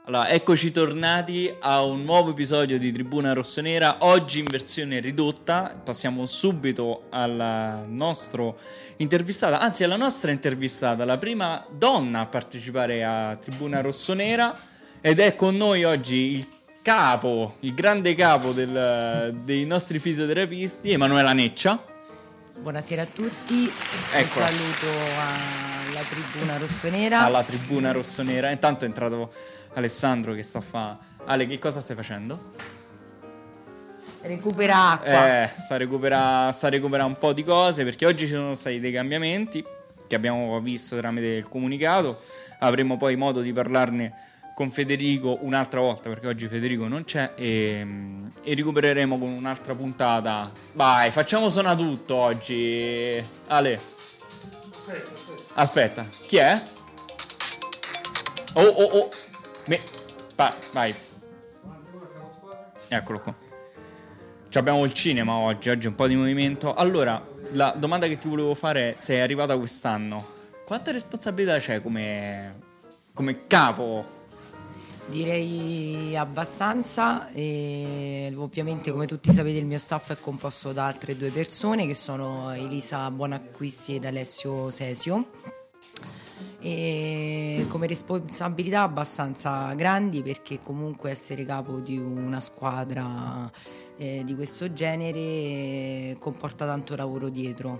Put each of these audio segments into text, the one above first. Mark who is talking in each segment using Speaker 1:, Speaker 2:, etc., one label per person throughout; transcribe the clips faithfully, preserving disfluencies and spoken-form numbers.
Speaker 1: Allora, eccoci tornati a un nuovo episodio di Tribuna Rossonera, oggi in versione ridotta. Passiamo subito alla nostra intervistata, anzi alla nostra intervistata, la prima donna a partecipare a Tribuna Rossonera, ed è con noi oggi il capo, il grande capo del, dei nostri fisioterapisti, Emanuela Neccia.
Speaker 2: Buonasera a tutti,
Speaker 1: Eccola.
Speaker 2: Un saluto alla Tribuna Rossonera.
Speaker 1: Alla Tribuna Rossonera. Intanto è entrato Alessandro che sta a fa. Ale, che cosa stai facendo?
Speaker 2: Recupera acqua.
Speaker 1: Eh, sta a recuperare sta a recuperare un po' di cose, perché oggi ci sono stati dei cambiamenti che abbiamo visto tramite il comunicato. Avremo poi modo di parlarne con Federico un'altra volta, perché oggi Federico non c'è, e, e recupereremo con un'altra puntata. Vai, facciamo suona tutto oggi. Ale.
Speaker 3: Aspetta, aspetta.
Speaker 1: Aspetta, chi è? Oh oh oh. Me... Va, vai. Eccolo qua. Ci abbiamo il cinema oggi, oggi un po' di movimento. Allora, la domanda che ti volevo fare è: sei arrivata quest'anno, quanta responsabilità c'è come, come capo?
Speaker 2: Direi abbastanza, e ovviamente come tutti sapete il mio staff è composto da altre due persone che sono Elisa Buonacquisti ed Alessio Sesio, e come responsabilità abbastanza grandi, perché comunque essere capo di una squadra eh, di questo genere eh, comporta tanto lavoro dietro,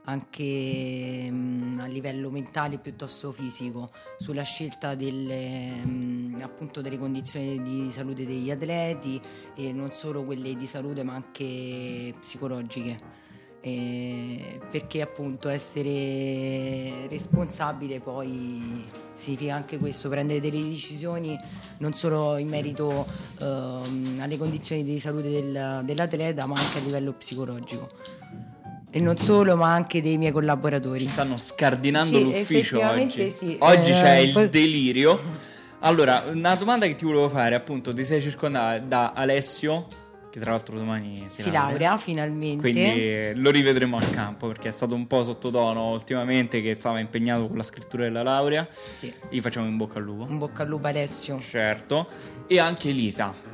Speaker 2: anche mh, a livello mentale piuttosto fisico, sulla scelta delle, mh, appunto delle condizioni di salute degli atleti, e non solo quelle di salute ma anche psicologiche. Eh, perché appunto essere responsabile poi significa anche questo, prendere delle decisioni non solo in merito ehm, alle condizioni di salute del, dell'atleta, ma anche a livello psicologico, e non solo, ma anche dei miei collaboratori.
Speaker 1: Ci stanno scardinando
Speaker 2: Sì,
Speaker 1: l'ufficio
Speaker 2: effettivamente
Speaker 1: oggi.
Speaker 2: sì.
Speaker 1: Oggi
Speaker 2: Eh,
Speaker 1: c'è il
Speaker 2: poi-
Speaker 1: delirio. Allora, una domanda che ti volevo fare, appunto, ti sei circondata da Alessio, che tra l'altro domani si,
Speaker 2: si laurea finalmente.
Speaker 1: quindi lo rivedremo al campo, perché è stato un po' sottotono ultimamente, che stava impegnato con la scrittura della laurea.
Speaker 2: Sì.
Speaker 1: Gli facciamo in bocca al lupo.
Speaker 2: In bocca al lupo Alessio.
Speaker 1: Certo. E anche Elisa.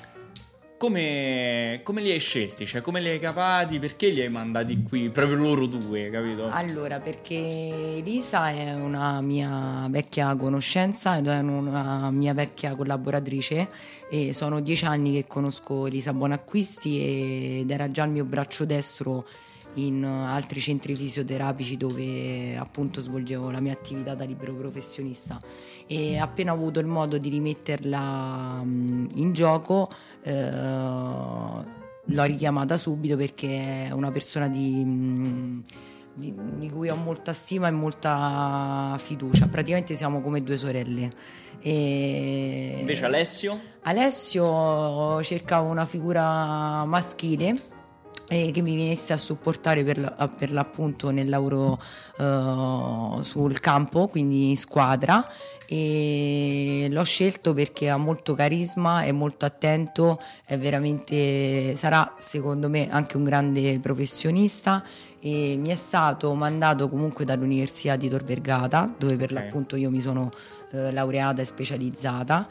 Speaker 1: Come, come li hai scelti? Cioè, come li hai capati? Perché li hai mandati qui? Proprio loro due, capito?
Speaker 2: Allora, perché Elisa è una mia vecchia conoscenza ed è una mia vecchia collaboratrice, e sono dieci anni che conosco Elisa Buonacquisti ed era già il mio braccio destro in altri centri fisioterapici dove appunto svolgevo la mia attività da libero professionista, e appena ho avuto il modo di rimetterla mh, in gioco eh, l'ho richiamata subito, perché è una persona di, mh, di, di cui ho molta stima e molta fiducia. Praticamente siamo come due sorelle. E
Speaker 1: Invece Alessio?
Speaker 2: Alessio cercava una figura maschile e che mi venisse a supportare per, la, per l'appunto nel lavoro uh, sul campo, quindi in squadra, e l'ho scelto perché ha molto carisma, è molto attento, è veramente, sarà secondo me anche un grande professionista, e mi è stato mandato comunque dall'Università di Tor Vergata, dove per
Speaker 1: Okay.
Speaker 2: l'appunto io mi sono eh, laureata e specializzata,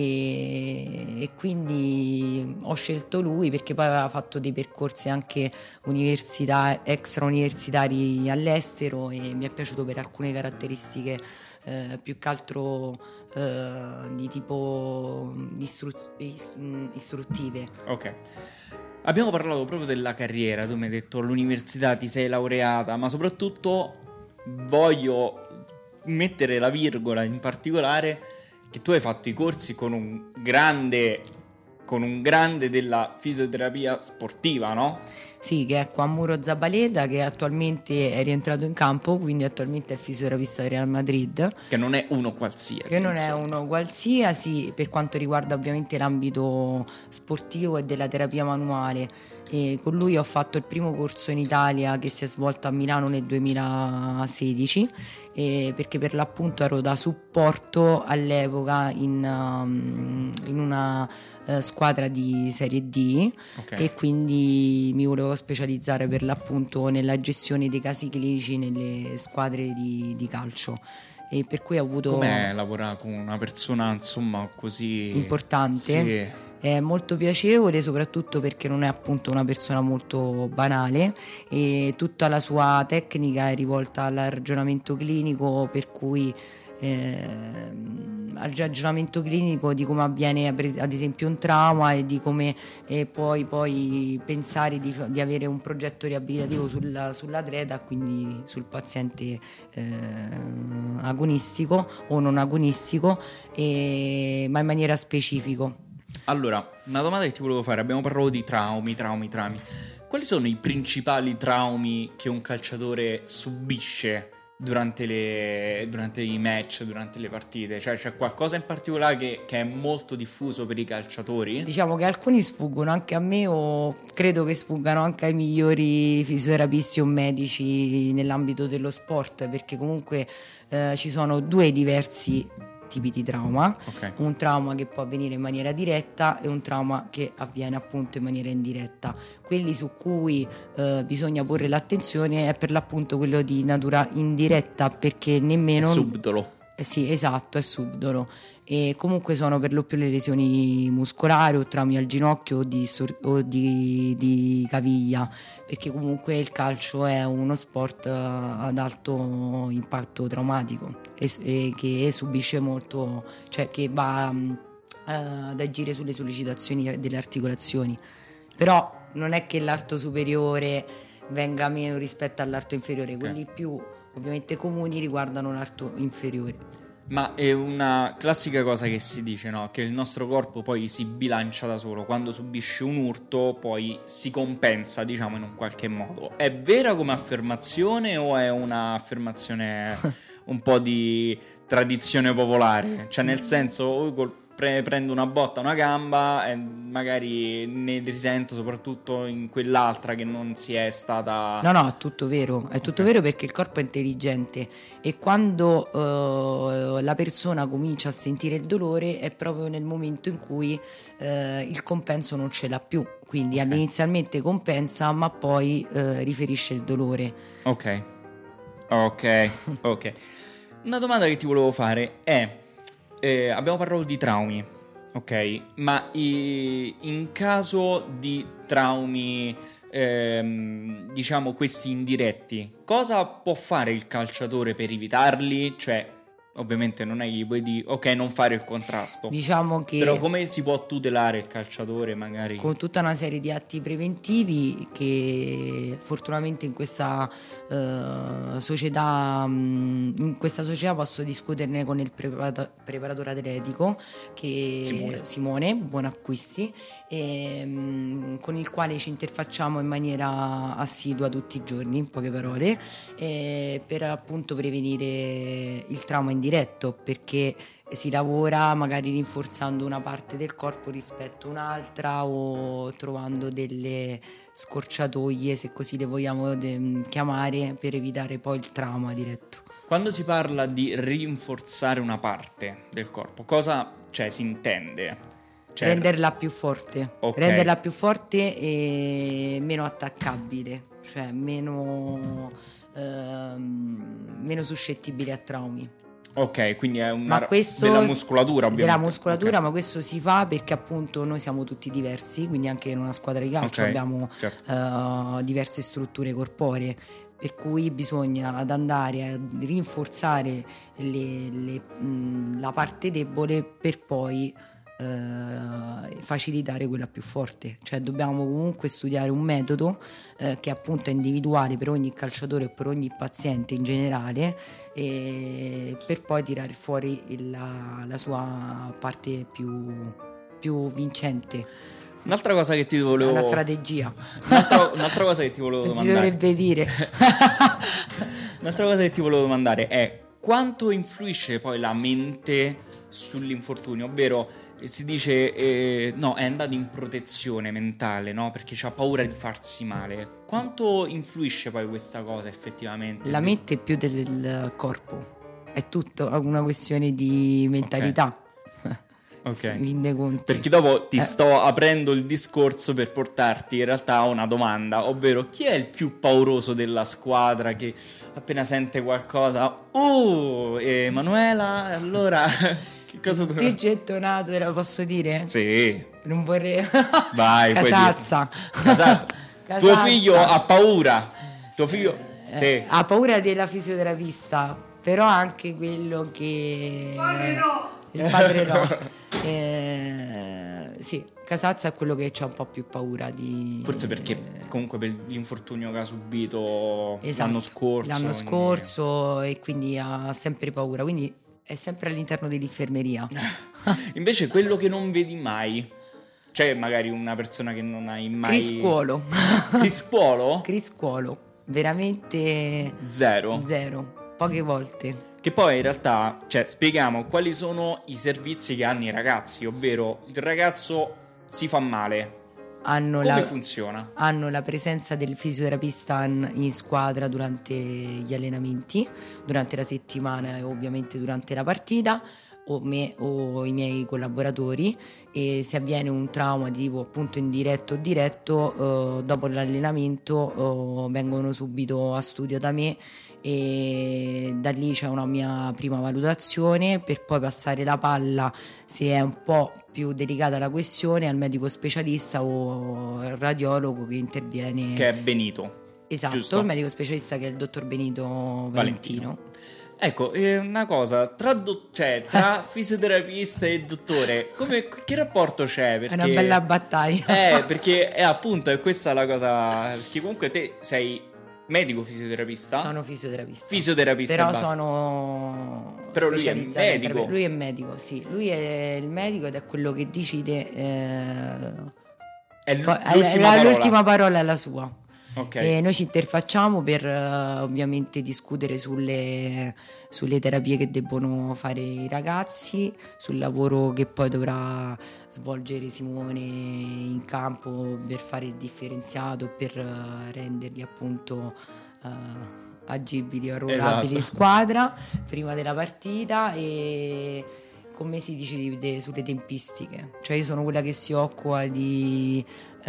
Speaker 2: e, e quindi ho scelto lui perché poi aveva fatto dei percorsi anche università, extra universitari all'estero, e mi è piaciuto per alcune caratteristiche eh, più che altro eh, di tipo istru- ist- istruttive.
Speaker 1: Ok. Abbiamo parlato proprio della carriera. Tu mi hai detto all'università ti sei laureata, ma soprattutto voglio mettere la virgola in particolare che tu hai fatto i corsi con un grande con un grande della fisioterapia sportiva, no?
Speaker 2: Sì, che è Quamuro Zabaleta, che attualmente è rientrato in campo, quindi attualmente è fisioterapista del Real Madrid.
Speaker 1: Che non è uno qualsiasi.
Speaker 2: Che non è
Speaker 1: insomma.
Speaker 2: uno qualsiasi per quanto riguarda ovviamente l'ambito sportivo e della terapia manuale. E con lui ho fatto il primo corso in Italia, che si è svolto a Milano nel duemilasedici, e perché per l'appunto ero da supporto all'epoca in, um, in una uh, squadra di Serie D,
Speaker 1: Ok.
Speaker 2: e quindi mi volevo specializzare per l'appunto nella gestione dei casi clinici nelle squadre di, di calcio, e per cui ho avuto...
Speaker 1: Com'è lavorare con una persona insomma così
Speaker 2: importante?
Speaker 1: Sì.
Speaker 2: È molto piacevole, soprattutto perché non è appunto una persona molto banale, e tutta la sua tecnica è rivolta al ragionamento clinico, per cui ehm, al ragionamento clinico di come avviene ad esempio un trauma, e di come eh, puoi poi pensare di, di avere un progetto riabilitativo sulla, sull'atleta, quindi sul paziente eh, agonistico o non agonistico, e, ma in maniera specifica.
Speaker 1: Allora, una domanda che ti volevo fare, abbiamo parlato di traumi, traumi, traumi. Quali sono i principali traumi che un calciatore subisce durante, le, durante i match, durante le partite? Cioè c'è qualcosa in particolare che, che è molto diffuso per i calciatori?
Speaker 2: Diciamo che alcuni sfuggono anche a me, o credo che sfuggano anche ai migliori fisioterapisti o medici nell'ambito dello sport, perché comunque eh, ci sono due diversi tipi di trauma,
Speaker 1: okay.
Speaker 2: Un trauma che può avvenire in maniera diretta e un trauma che avviene appunto in maniera indiretta. Quelli su cui eh, bisogna porre l'attenzione è per l'appunto quello di natura indiretta, perché nemmeno...
Speaker 1: È subdolo.
Speaker 2: Eh sì, esatto, è subdolo, e comunque sono per lo più le lesioni muscolari o traumi al ginocchio o di, o di, di caviglia, perché comunque il calcio è uno sport ad alto impatto traumatico e, e che subisce molto, cioè che va uh, ad agire sulle sollecitazioni delle articolazioni. Però non è che l'arto superiore venga meno rispetto all'arto inferiore, okay. Quelli più ovviamente comuni riguardano l'arto inferiore.
Speaker 1: Ma è una classica cosa che si dice, no? Che il nostro corpo poi si bilancia da solo, quando subisce un urto poi si compensa, diciamo, in un qualche modo. È vera come affermazione o è un'affermazione un po' di tradizione popolare? Cioè nel senso, col pre- prendo una botta a una gamba e magari ne risento soprattutto in quell'altra che non si è stata...
Speaker 2: No, no, è tutto vero, è tutto okay. vero, perché il corpo è intelligente, e quando uh, la persona comincia a sentire il dolore è proprio nel momento in cui uh, il compenso non ce l'ha più, quindi okay. inizialmente compensa ma poi uh, riferisce il dolore.
Speaker 1: Ok, ok, ok. Una domanda che ti volevo fare è, eh, abbiamo parlato di traumi, ok, ma i, in caso di traumi, ehm, diciamo questi indiretti, cosa può fare il calciatore per evitarli? Cioè, ovviamente non è che gli puoi dire ok, non fare il contrasto,
Speaker 2: diciamo che,
Speaker 1: però come si può tutelare il calciatore magari?
Speaker 2: Con tutta una serie di atti preventivi che fortunatamente in questa uh, società mh, in questa società posso discuterne con il preparato, preparatore atletico, che
Speaker 1: Simone,
Speaker 2: Simone Buonacquisti, e, mh, con il quale ci interfacciamo in maniera assidua tutti i giorni, in poche parole, e per appunto prevenire il trauma indiretto, perché si lavora magari rinforzando una parte del corpo rispetto a un'altra, o trovando delle scorciatoie, se così le vogliamo de- chiamare, per evitare poi il trauma diretto.
Speaker 1: Quando si parla di rinforzare una parte del corpo, cosa cioè, si intende? Cioè... renderla
Speaker 2: più forte,
Speaker 1: okay.
Speaker 2: renderla più forte e meno attaccabile, cioè meno, ehm, meno suscettibile a traumi.
Speaker 1: Ok, quindi è una
Speaker 2: ma questo,
Speaker 1: della muscolatura, ovviamente.
Speaker 2: Della muscolatura, okay. Ma questo si fa perché appunto noi siamo tutti diversi, quindi anche in una squadra di calcio okay, abbiamo certo. uh, diverse strutture corporee, per cui bisogna ad andare a rinforzare le, le, mh, la parte debole per poi Uh, facilitare quella più forte. Cioè dobbiamo comunque studiare un metodo uh, che appunto è individuale per ogni calciatore e per ogni paziente in generale, e per poi tirare fuori il, la, la sua parte più, più vincente.
Speaker 1: Un'altra cosa che ti volevo...
Speaker 2: una strategia.
Speaker 1: Un'altra, un'altra cosa che ti volevo
Speaker 2: non
Speaker 1: domandare...
Speaker 2: si dovrebbe dire.
Speaker 1: Un'altra cosa che ti volevo domandare è quanto influisce poi la mente sull'infortunio, ovvero si dice eh, no, è andato in protezione mentale, no? Perché c'ha paura di farsi male. Quanto influisce poi questa cosa effettivamente?
Speaker 2: La mente più del corpo, è tutto una questione di mentalità. Okay.
Speaker 1: Ok.
Speaker 2: fin dei conti.
Speaker 1: Perché dopo ti
Speaker 2: Eh.
Speaker 1: sto aprendo il discorso per portarti in realtà a una domanda, ovvero chi è il più pauroso della squadra che appena sente qualcosa, uh, Emanuela, allora che cosa
Speaker 2: Il più
Speaker 1: dovrà...
Speaker 2: gettonato, te lo posso dire?
Speaker 1: Sì,
Speaker 2: Non vorrei.
Speaker 1: vai, puoi
Speaker 2: Casazza.
Speaker 1: dirlo. Casazza.
Speaker 2: Casazza.
Speaker 1: Tuo figlio ha paura. Tuo figlio...
Speaker 2: Eh,
Speaker 1: Sì.
Speaker 2: ha paura della fisioterapista, però anche quello che
Speaker 3: Padre no!
Speaker 2: il padre no. Eh, sì, Casazza è quello che c'ha un po' più paura di
Speaker 1: Forse perché comunque per l'infortunio che ha subito
Speaker 2: Esatto,
Speaker 1: l'anno scorso.
Speaker 2: l'anno
Speaker 1: quindi-
Speaker 2: scorso e quindi ha sempre paura, quindi è sempre all'interno dell'infermeria.
Speaker 1: Invece quello che non vedi mai, cioè magari una persona che non hai mai...
Speaker 2: Criscuolo.
Speaker 1: Criscuolo?
Speaker 2: Criscuolo, veramente
Speaker 1: Zero.
Speaker 2: zero, poche volte.
Speaker 1: Che poi in realtà, cioè, spieghiamo quali sono i servizi che hanno i ragazzi, ovvero il ragazzo si fa male.
Speaker 2: Hanno
Speaker 1: Come
Speaker 2: la,
Speaker 1: funziona?
Speaker 2: hanno la presenza del fisioterapista in, in squadra durante gli allenamenti, durante la settimana e ovviamente durante la partita, o me o i miei collaboratori, e se avviene un trauma di tipo appunto indiretto o diretto, eh, dopo l'allenamento eh, vengono subito a studio da me e da lì c'è una mia prima valutazione per poi passare la palla, se è un po' più delicata la questione, al medico specialista o al radiologo che interviene.
Speaker 1: Che è Benito.
Speaker 2: Esatto,
Speaker 1: giusto?
Speaker 2: il medico specialista che è il dottor Benito Valentino.
Speaker 1: Valentino. Ecco, eh, una cosa, tra, do- cioè, tra fisioterapista e dottore, come, che rapporto c'è? Perché,
Speaker 2: È una bella battaglia.
Speaker 1: Eh, perché è appunto, è questa la cosa, perché comunque te sei medico fisioterapista,
Speaker 2: Sono fisioterapista.
Speaker 1: fisioterapista e
Speaker 2: Però
Speaker 1: basta.
Speaker 2: sono
Speaker 1: Però lui è
Speaker 2: specializzata in
Speaker 1: medico.
Speaker 2: terapia. Lui è medico, sì. Lui è il medico ed è quello che decide. eh,
Speaker 1: È l-
Speaker 2: poi-
Speaker 1: l'ultima
Speaker 2: la-
Speaker 1: parola.
Speaker 2: l'ultima parola è la sua.
Speaker 1: Ok.
Speaker 2: E noi ci interfacciamo per eh, ovviamente discutere sulle, sulle terapie che debbono fare i ragazzi, sul lavoro che poi dovrà svolgere Simone in campo per fare il differenziato, per eh, renderli appunto eh, agibili, arruolabili in
Speaker 1: Esatto.
Speaker 2: squadra prima della partita. E con me si decide sulle tempistiche, cioè io sono quella che si occupa di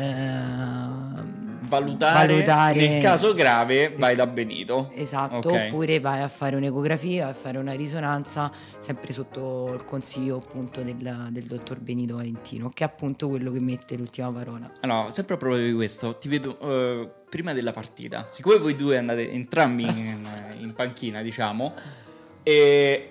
Speaker 2: eh,
Speaker 1: valutare,
Speaker 2: valutare-
Speaker 1: nel caso grave vai da Benito.
Speaker 2: Esatto,
Speaker 1: Ok.
Speaker 2: oppure vai a fare un'ecografia, vai a fare una risonanza, sempre sotto il consiglio appunto del, del dottor Benito Valentino, che è appunto quello che mette l'ultima parola.
Speaker 1: Allora, sempre a proposito di questo, ti vedo eh, prima della partita, siccome voi due andate entrambi in, in panchina, diciamo, e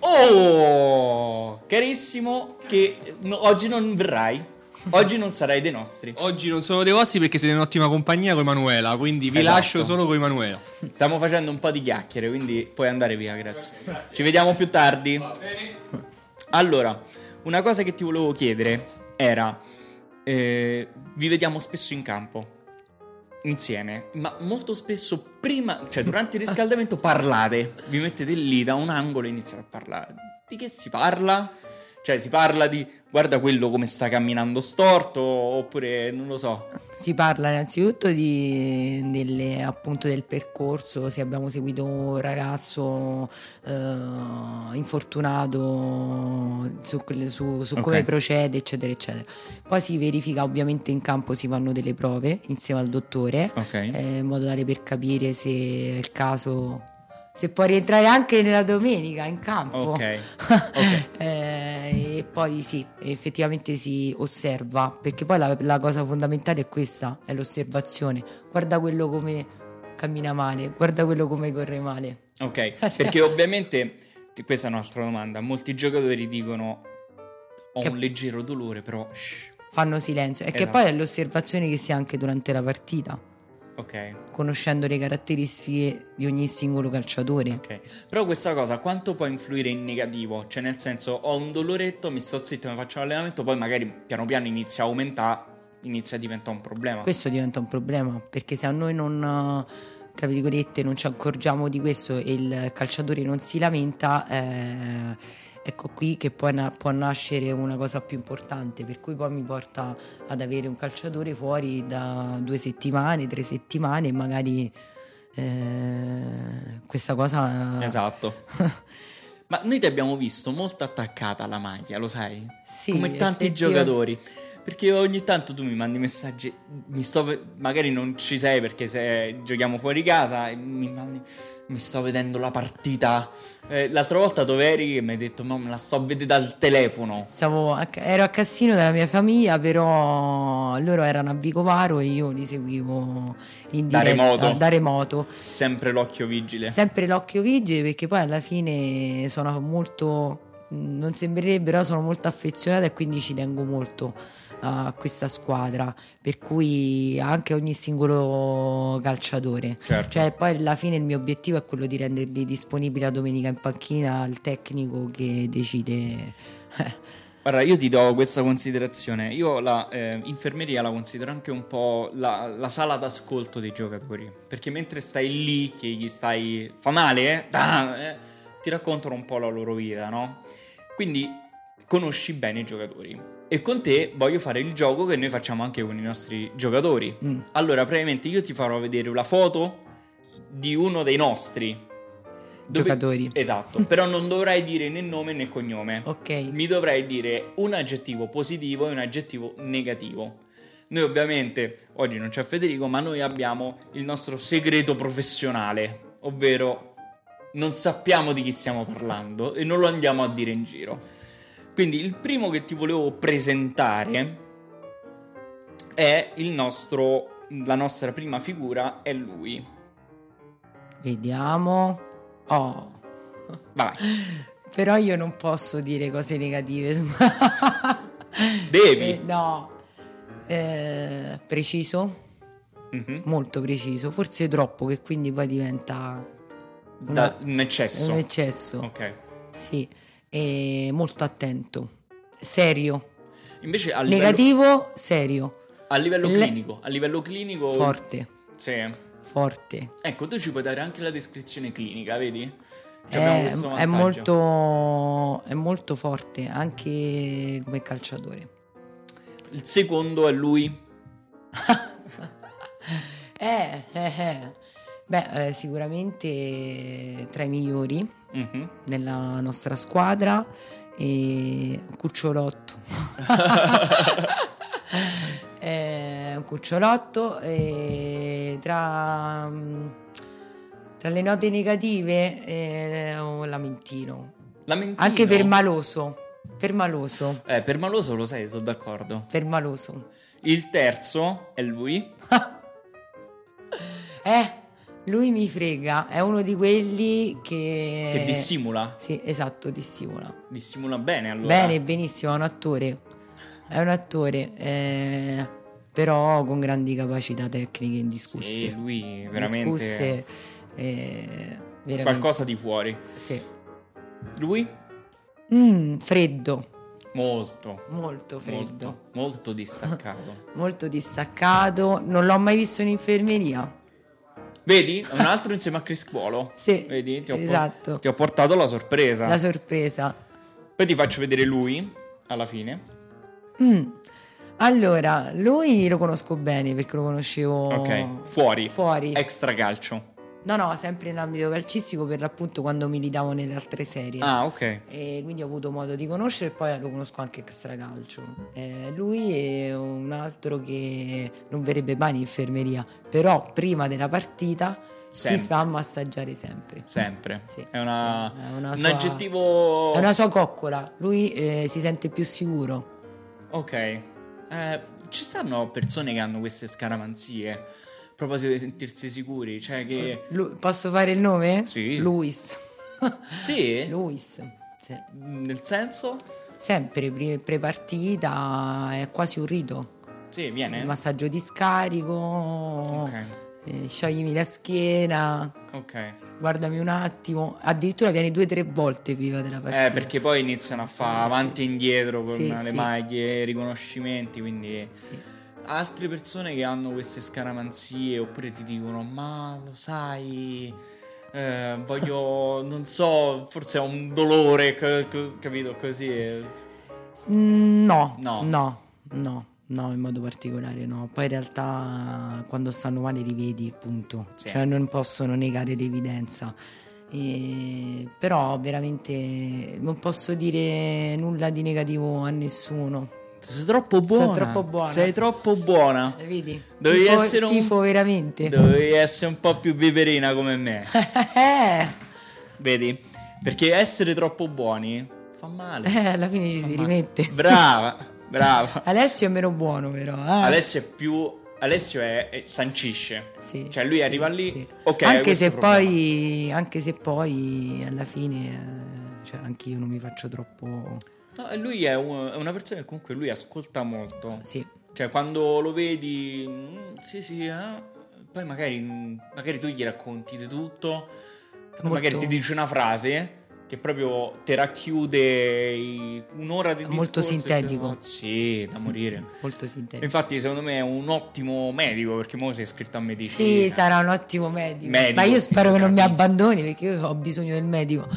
Speaker 1: oh, carissimo, che no, oggi non verrai, oggi non sarai dei nostri.
Speaker 4: Oggi non sono dei vostri perché siete in ottima compagnia con Emanuela, quindi vi
Speaker 1: Esatto.
Speaker 4: lascio solo con Emanuela.
Speaker 1: Stiamo facendo un po' di chiacchiere, quindi puoi andare via, grazie. Ci vediamo più tardi. Allora, una cosa che ti volevo chiedere era, eh, vi vediamo spesso in campo, insieme, ma molto spesso prima, cioè durante il riscaldamento parlate, vi mettete lì da un angolo e iniziate a parlare. Di che si parla? Cioè si parla di guarda quello come sta camminando storto, oppure non lo so.
Speaker 2: Si parla innanzitutto di, delle, appunto del percorso, se abbiamo seguito un ragazzo eh, infortunato, su, quelle- su- su come
Speaker 1: Ok.
Speaker 2: procede, eccetera, eccetera. Poi si verifica, ovviamente in campo si fanno delle prove insieme al dottore,
Speaker 1: Ok.
Speaker 2: eh, in modo tale per capire se è il caso, se può rientrare anche nella domenica in campo.
Speaker 1: Ok. Ok.
Speaker 2: Eh, e poi sì, effettivamente si osserva, perché poi la, la cosa fondamentale è questa, è l'osservazione. Guarda quello come cammina male, guarda quello come corre male.
Speaker 1: Ok, perché ovviamente questa è un'altra domanda. Molti giocatori dicono ho
Speaker 2: Che-
Speaker 1: un leggero dolore, però shh,
Speaker 2: Fanno silenzio. E che
Speaker 1: Esatto.
Speaker 2: poi è l'osservazione che si ha anche durante la partita,
Speaker 1: ok,
Speaker 2: conoscendo le caratteristiche di ogni singolo calciatore.
Speaker 1: ok. Però questa cosa quanto può influire in negativo? Cioè nel senso ho un doloretto, mi sto zitto, mi faccio l'allenamento, poi magari piano piano inizia a aumentare, inizia a diventare un problema.
Speaker 2: Questo diventa un problema, perché se a noi non, eh, tra virgolette, non ci accorgiamo di questo e il calciatore non si lamenta, eh, ecco qui che poi na- può nascere una cosa più importante, per cui poi mi porta ad avere un calciatore fuori da due settimane, tre settimane e magari eh, questa cosa
Speaker 1: Esatto. Ma noi ti abbiamo visto molto attaccata alla maglia, lo sai?
Speaker 2: Sì,
Speaker 1: come tanti
Speaker 2: effettivamente.
Speaker 1: giocatori. Perché ogni tanto tu mi mandi messaggi, mi sto, magari non ci sei perché se giochiamo fuori casa, e mi mandi, mi sto vedendo la partita. Eh, l'altra volta dove eri mi hai detto, ma me la sto vedendo dal telefono.
Speaker 2: Stavo a- ero a Cassino della mia famiglia, però loro erano a Vicovaro e io li seguivo in
Speaker 1: Da
Speaker 2: diretta
Speaker 1: remoto.
Speaker 2: da remoto.
Speaker 1: Sempre l'occhio vigile.
Speaker 2: Sempre l'occhio vigile, perché poi alla fine sono molto, non sembrerebbe, però sono molto affezionata e quindi ci tengo molto a questa squadra, per cui anche ogni singolo calciatore.
Speaker 1: Certo.
Speaker 2: Cioè, poi alla fine il mio obiettivo è quello di renderli disponibili la domenica in panchina al tecnico che decide.
Speaker 1: Guarda, io ti do questa considerazione. Io la eh, infermeria la considero anche un po' la, la sala d'ascolto dei giocatori. Perché mentre stai lì, che gli stai... fa male, eh? Ah, eh, ti raccontano un po' la loro vita, no? Quindi conosci bene i giocatori. E con te voglio fare il gioco che noi facciamo anche con i nostri giocatori.
Speaker 2: Mm.
Speaker 1: Allora, praticamente io ti farò vedere la foto di uno dei nostri dove-
Speaker 2: Giocatori.
Speaker 1: Esatto, però non dovrai dire né nome né cognome.
Speaker 2: Ok.
Speaker 1: Mi dovrai dire un aggettivo positivo e un aggettivo negativo. Noi ovviamente, oggi non c'è Federico, ma noi abbiamo il nostro segreto professionale, ovvero non sappiamo di chi stiamo parlando e non lo andiamo a dire in giro. Quindi il primo che ti volevo presentare è il nostro, la nostra prima figura è lui.
Speaker 2: Vediamo. Oh.
Speaker 1: Vai,
Speaker 2: Però io non posso dire cose negative su...
Speaker 1: devi.
Speaker 2: Eh, no. Eh, preciso,
Speaker 1: Mhm.
Speaker 2: molto preciso, forse troppo, che quindi poi diventa una-
Speaker 1: Da- un eccesso.
Speaker 2: un eccesso.
Speaker 1: Ok.
Speaker 2: Sì, e molto attento, serio,
Speaker 1: Invece a livello,
Speaker 2: negativo, serio,
Speaker 1: a livello
Speaker 2: Le-
Speaker 1: clinico, a livello clinico
Speaker 2: forte,
Speaker 1: sì.
Speaker 2: forte.
Speaker 1: Ecco, tu ci puoi dare anche la descrizione clinica, vedi? Cioè,
Speaker 2: È,
Speaker 1: abbiamo questo
Speaker 2: è
Speaker 1: vantaggio.
Speaker 2: molto, è molto forte anche come calciatore.
Speaker 1: Il secondo è lui.
Speaker 2: Eh, eh, eh. Beh, eh, sicuramente tra i migliori
Speaker 1: Mhm.
Speaker 2: nella nostra squadra, e un cucciolotto. Eh, un cucciolotto, e tra, tra le note negative, eh, un lamentino,
Speaker 1: Lamentino.
Speaker 2: anche permaloso, permaloso,
Speaker 1: Eh, per maloso lo sai, sono d'accordo.
Speaker 2: permaloso.
Speaker 1: Il terzo è lui.
Speaker 2: Eh, lui mi frega, è uno di quelli che...
Speaker 1: Che dissimula.
Speaker 2: Sì, esatto, dissimula.
Speaker 1: Dissimula bene allora.
Speaker 2: Bene, benissimo, è un attore. È un attore, eh, però con grandi capacità tecniche indiscusse.
Speaker 1: Sì, lui veramente
Speaker 2: Discusse, eh, veramente.
Speaker 1: qualcosa di fuori.
Speaker 2: Sì.
Speaker 1: Lui?
Speaker 2: Mm, freddo,
Speaker 1: Molto.
Speaker 2: molto freddo,
Speaker 1: Molto, molto distaccato.
Speaker 2: molto distaccato. Non l'ho mai visto in infermeria.
Speaker 1: Vedi? Un altro insieme a Criscuolo.
Speaker 2: Sì,
Speaker 1: Vedi? Ti ho, por-
Speaker 2: esatto.
Speaker 1: ti ho portato la sorpresa.
Speaker 2: La sorpresa.
Speaker 1: Poi ti faccio vedere lui alla fine.
Speaker 2: Mm. Allora, lui lo conosco bene perché lo conoscevo
Speaker 1: Ok, fuori.
Speaker 2: fuori.
Speaker 1: Extra calcio.
Speaker 2: No, no, sempre in ambito calcistico, per l'appunto quando militavo nelle altre serie.
Speaker 1: Ah, ok.
Speaker 2: E quindi ho avuto modo di conoscere, e poi lo conosco anche extracalcio. Eh, lui è un altro che non verrebbe mai in infermeria, però prima della partita
Speaker 1: Sempre.
Speaker 2: si fa massaggiare sempre.
Speaker 1: Sempre.
Speaker 2: Sì,
Speaker 1: è una,
Speaker 2: sì, è una
Speaker 1: un
Speaker 2: sua-
Speaker 1: aggettivo.
Speaker 2: È una sua coccola, lui eh, si sente più sicuro.
Speaker 1: Ok. Eh, ci stanno persone che hanno queste scaramanzie. A proposito di sentirsi sicuri, cioè che.
Speaker 2: Lu- posso fare il nome?
Speaker 1: Sì.
Speaker 2: Luis.
Speaker 1: Sì?
Speaker 2: Luis. Sì.
Speaker 1: Nel senso?
Speaker 2: Sempre pre- pre-partita, è quasi un rito.
Speaker 1: Sì, viene.
Speaker 2: Il massaggio di scarico,
Speaker 1: Ok.
Speaker 2: eh, scioglimi la schiena,
Speaker 1: Ok.
Speaker 2: guardami un attimo. Addirittura viene due o tre volte prima della partita.
Speaker 1: Eh, perché poi iniziano a fare
Speaker 2: Eh,
Speaker 1: avanti e
Speaker 2: sì.
Speaker 1: indietro con
Speaker 2: Sì,
Speaker 1: le
Speaker 2: sì.
Speaker 1: maglie, riconoscimenti, quindi
Speaker 2: Sì.
Speaker 1: altre persone che hanno queste scaramanzie oppure ti dicono ma lo sai, eh, voglio, non so, forse ho un dolore, ca- ca- capito, così. eh.
Speaker 2: Mm, No,
Speaker 1: No.
Speaker 2: no, no, no, in modo particolare no. Poi in realtà quando stanno male li vedi, appunto.
Speaker 1: Sì.
Speaker 2: Cioè non possono negare l'evidenza. E, però veramente non posso dire nulla di negativo a nessuno.
Speaker 1: Sei troppo buona.
Speaker 2: Sono troppo buona.
Speaker 1: Sei troppo buona.
Speaker 2: Eh, vedi?
Speaker 1: Dovevi
Speaker 2: tifo,
Speaker 1: essere un...
Speaker 2: tifo veramente.
Speaker 1: Dovevi essere un po' più viverina come me. Vedi? Perché essere troppo buoni fa male.
Speaker 2: Eh, alla fine ci
Speaker 1: fa
Speaker 2: si
Speaker 1: male.
Speaker 2: rimette.
Speaker 1: Brava, brava.
Speaker 2: Alessio è meno buono però. Eh.
Speaker 1: Alessio è più... Alessio è, è sancisce.
Speaker 2: Sì,
Speaker 1: cioè lui
Speaker 2: sì,
Speaker 1: arriva lì.
Speaker 2: sì.
Speaker 1: Ok,
Speaker 2: anche se
Speaker 1: problema.
Speaker 2: poi anche se poi alla fine eh, cioè anche io non mi faccio troppo.
Speaker 1: No, lui è, un- è una persona che comunque lui ascolta molto.
Speaker 2: Sì.
Speaker 1: Cioè quando lo vedi, mm, sì sì, eh, poi magari, mm, magari tu gli racconti di tutto,
Speaker 2: Molto-
Speaker 1: magari ti dice una frase che proprio ti racchiude i- un'ora di discorso.
Speaker 2: Molto
Speaker 1: e te-
Speaker 2: sintetico.
Speaker 1: Sì, da morire.
Speaker 2: Molto sintetico.
Speaker 1: Infatti secondo me è un ottimo medico, perché mo sei iscritto a medicina.
Speaker 2: Sì, sarà un ottimo medico.
Speaker 1: Medico,
Speaker 2: Ma io spero che non mi
Speaker 1: fisioterapista.
Speaker 2: abbandoni perché io ho bisogno del medico.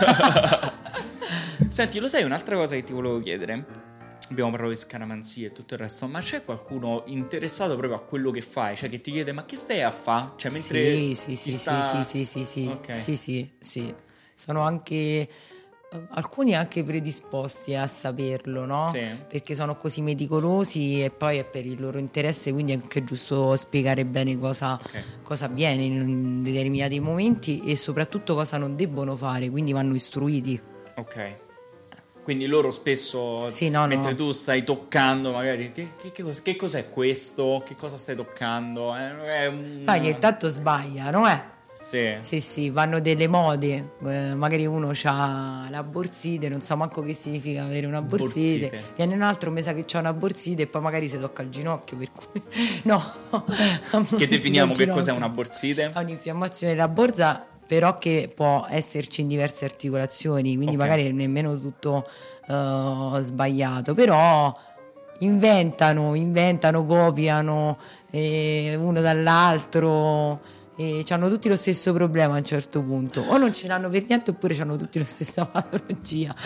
Speaker 1: Senti, lo sai un'altra cosa che ti volevo chiedere? Abbiamo parlato di scaramanzie e tutto il resto, ma c'è qualcuno interessato proprio a quello che fai? Cioè che ti chiede, ma che stai a fa? Cioè mentre
Speaker 2: Sì, sì,
Speaker 1: ti
Speaker 2: sì,
Speaker 1: sta...
Speaker 2: sì, sì, sì, sì,
Speaker 1: Ok.
Speaker 2: sì, sì, sì. Sono anche alcuni anche predisposti a saperlo, no?
Speaker 1: Sì.
Speaker 2: Perché sono così meticolosi e poi è per il loro interesse, quindi è anche giusto spiegare bene cosa,
Speaker 1: Ok.
Speaker 2: cosa avviene in determinati momenti e soprattutto cosa non debbono fare, quindi vanno istruiti.
Speaker 1: Ok. Quindi loro spesso,
Speaker 2: Sì, no,
Speaker 1: mentre
Speaker 2: no.
Speaker 1: tu stai toccando, magari, che, che, che, cos- che cos'è questo? Che cosa stai toccando? Eh, è un...
Speaker 2: Poi ogni tanto sbagliano, eh?
Speaker 1: Sì.
Speaker 2: Sì, sì, vanno delle mode, eh, magari uno ha la borsite, non sa manco che significa avere una borsite,
Speaker 1: Borsite.
Speaker 2: viene un altro, mi sa che c'ha una borsite e poi magari si tocca il ginocchio, per cui no.
Speaker 1: Che definiamo che cos'è una borsite?
Speaker 2: È un'infiammazione della borsa, però che può esserci in diverse articolazioni, quindi
Speaker 1: Ok.
Speaker 2: magari nemmeno tutto eh, sbagliato, però inventano, inventano, copiano eh, uno dall'altro e hanno tutti lo stesso problema a un certo punto, o non ce l'hanno per niente oppure hanno tutti la stessa patologia.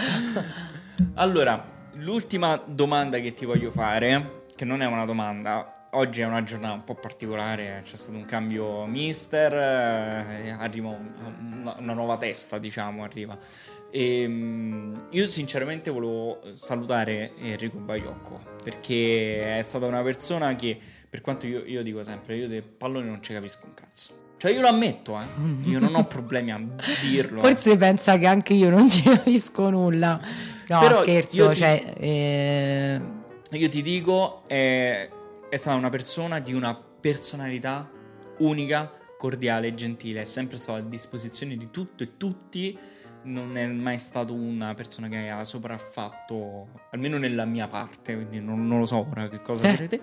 Speaker 1: Allora, l'ultima domanda che ti voglio fare, che non è una domanda, oggi è una giornata un po' particolare, c'è stato un cambio mister, eh, arriva un- una, una nuova testa, diciamo, arriva. E, mm, io sinceramente volevo salutare Enrico Baiocco, perché è stata una persona che, per quanto io, io dico sempre, io dei palloni non ci capisco un cazzo. Cioè io lo ammetto, eh. Io non ho problemi a dirlo.
Speaker 2: Forse pensa che anche io non ci capisco nulla. No,
Speaker 1: Però io
Speaker 2: scherzo,
Speaker 1: ti-
Speaker 2: cioè eh,
Speaker 1: Io ti dico, è, è stata una persona di una personalità unica, cordiale, gentile, è sempre stato a disposizione di tutto e tutti, non è mai stato una persona che ha sopraffatto, almeno nella mia parte, quindi non, non lo so ora che cosa direte.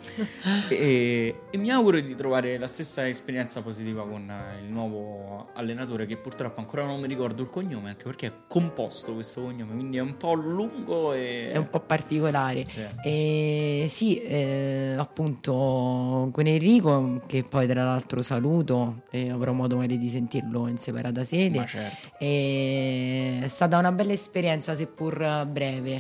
Speaker 1: e, e mi auguro di trovare la stessa esperienza positiva con il nuovo allenatore, che purtroppo ancora non mi ricordo il cognome, anche perché è composto questo cognome, quindi è un po' lungo e...
Speaker 2: è un po' particolare.
Speaker 1: Sì.
Speaker 2: E sì, eh, appunto con Enrico, che poi tra l'altro saluto e avrò modo magari di sentirlo in separata sede.
Speaker 1: Ma certo.
Speaker 2: E è stata una bella esperienza, seppur breve,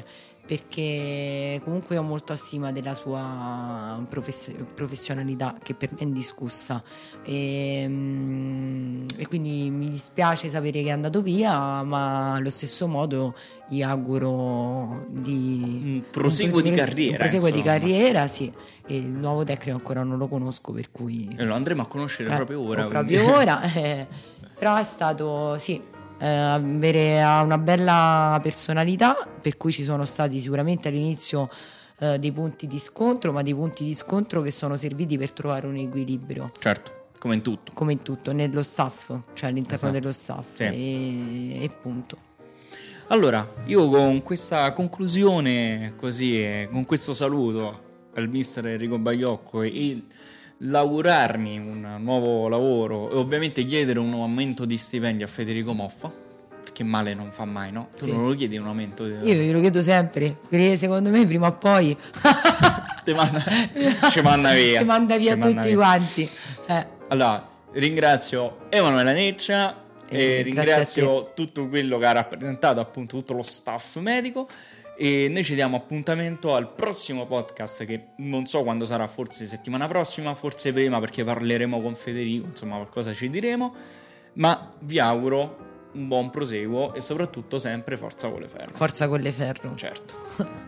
Speaker 2: perché comunque ho molta stima della sua profes- professionalità, che per me è indiscussa, e, mm, e quindi mi dispiace sapere che è andato via, ma allo stesso modo gli auguro di
Speaker 1: Un proseguo di carriera,
Speaker 2: un proseguo di
Speaker 1: insomma.
Speaker 2: carriera, sì. E il nuovo tecnico ancora non lo conosco, per cui
Speaker 1: E lo andremo a conoscere
Speaker 2: eh,
Speaker 1: proprio ora.
Speaker 2: o
Speaker 1: quindi.
Speaker 2: proprio ora, eh, però è stato sì, eh, avere una bella personalità, per cui ci sono stati sicuramente all'inizio eh, dei punti di scontro, ma dei punti di scontro che sono serviti per trovare un equilibrio,
Speaker 1: Certo, come in tutto.
Speaker 2: come in tutto, nello staff, cioè all'interno
Speaker 1: Esatto.
Speaker 2: dello staff,
Speaker 1: Sì.
Speaker 2: e, e punto.
Speaker 1: Allora, io con questa conclusione, così, e con questo saluto al mister Enrico Baiocco e il l'augurarmi un nuovo lavoro e ovviamente chiedere un aumento di stipendio a Federico Moffa, perché male non fa mai, no? Tu
Speaker 2: Sì.
Speaker 1: non lo chiedi un aumento di...
Speaker 2: Io glielo chiedo sempre, perché secondo me prima o poi
Speaker 1: Te manda... ci manda via.
Speaker 2: ci manda via
Speaker 1: Ci manda
Speaker 2: tutti
Speaker 1: via.
Speaker 2: quanti. Eh.
Speaker 1: Allora, ringrazio Emanuela Neccia e
Speaker 2: Eh, grazie
Speaker 1: ringrazio tutto quello che ha rappresentato, appunto tutto lo staff medico, e noi ci diamo appuntamento al prossimo podcast, che non so quando sarà, forse settimana prossima, forse prima, perché parleremo con Federico, insomma qualcosa ci diremo, ma vi auguro un buon proseguo e soprattutto sempre forza con le ferro.
Speaker 2: Forza con le ferro.
Speaker 1: Certo.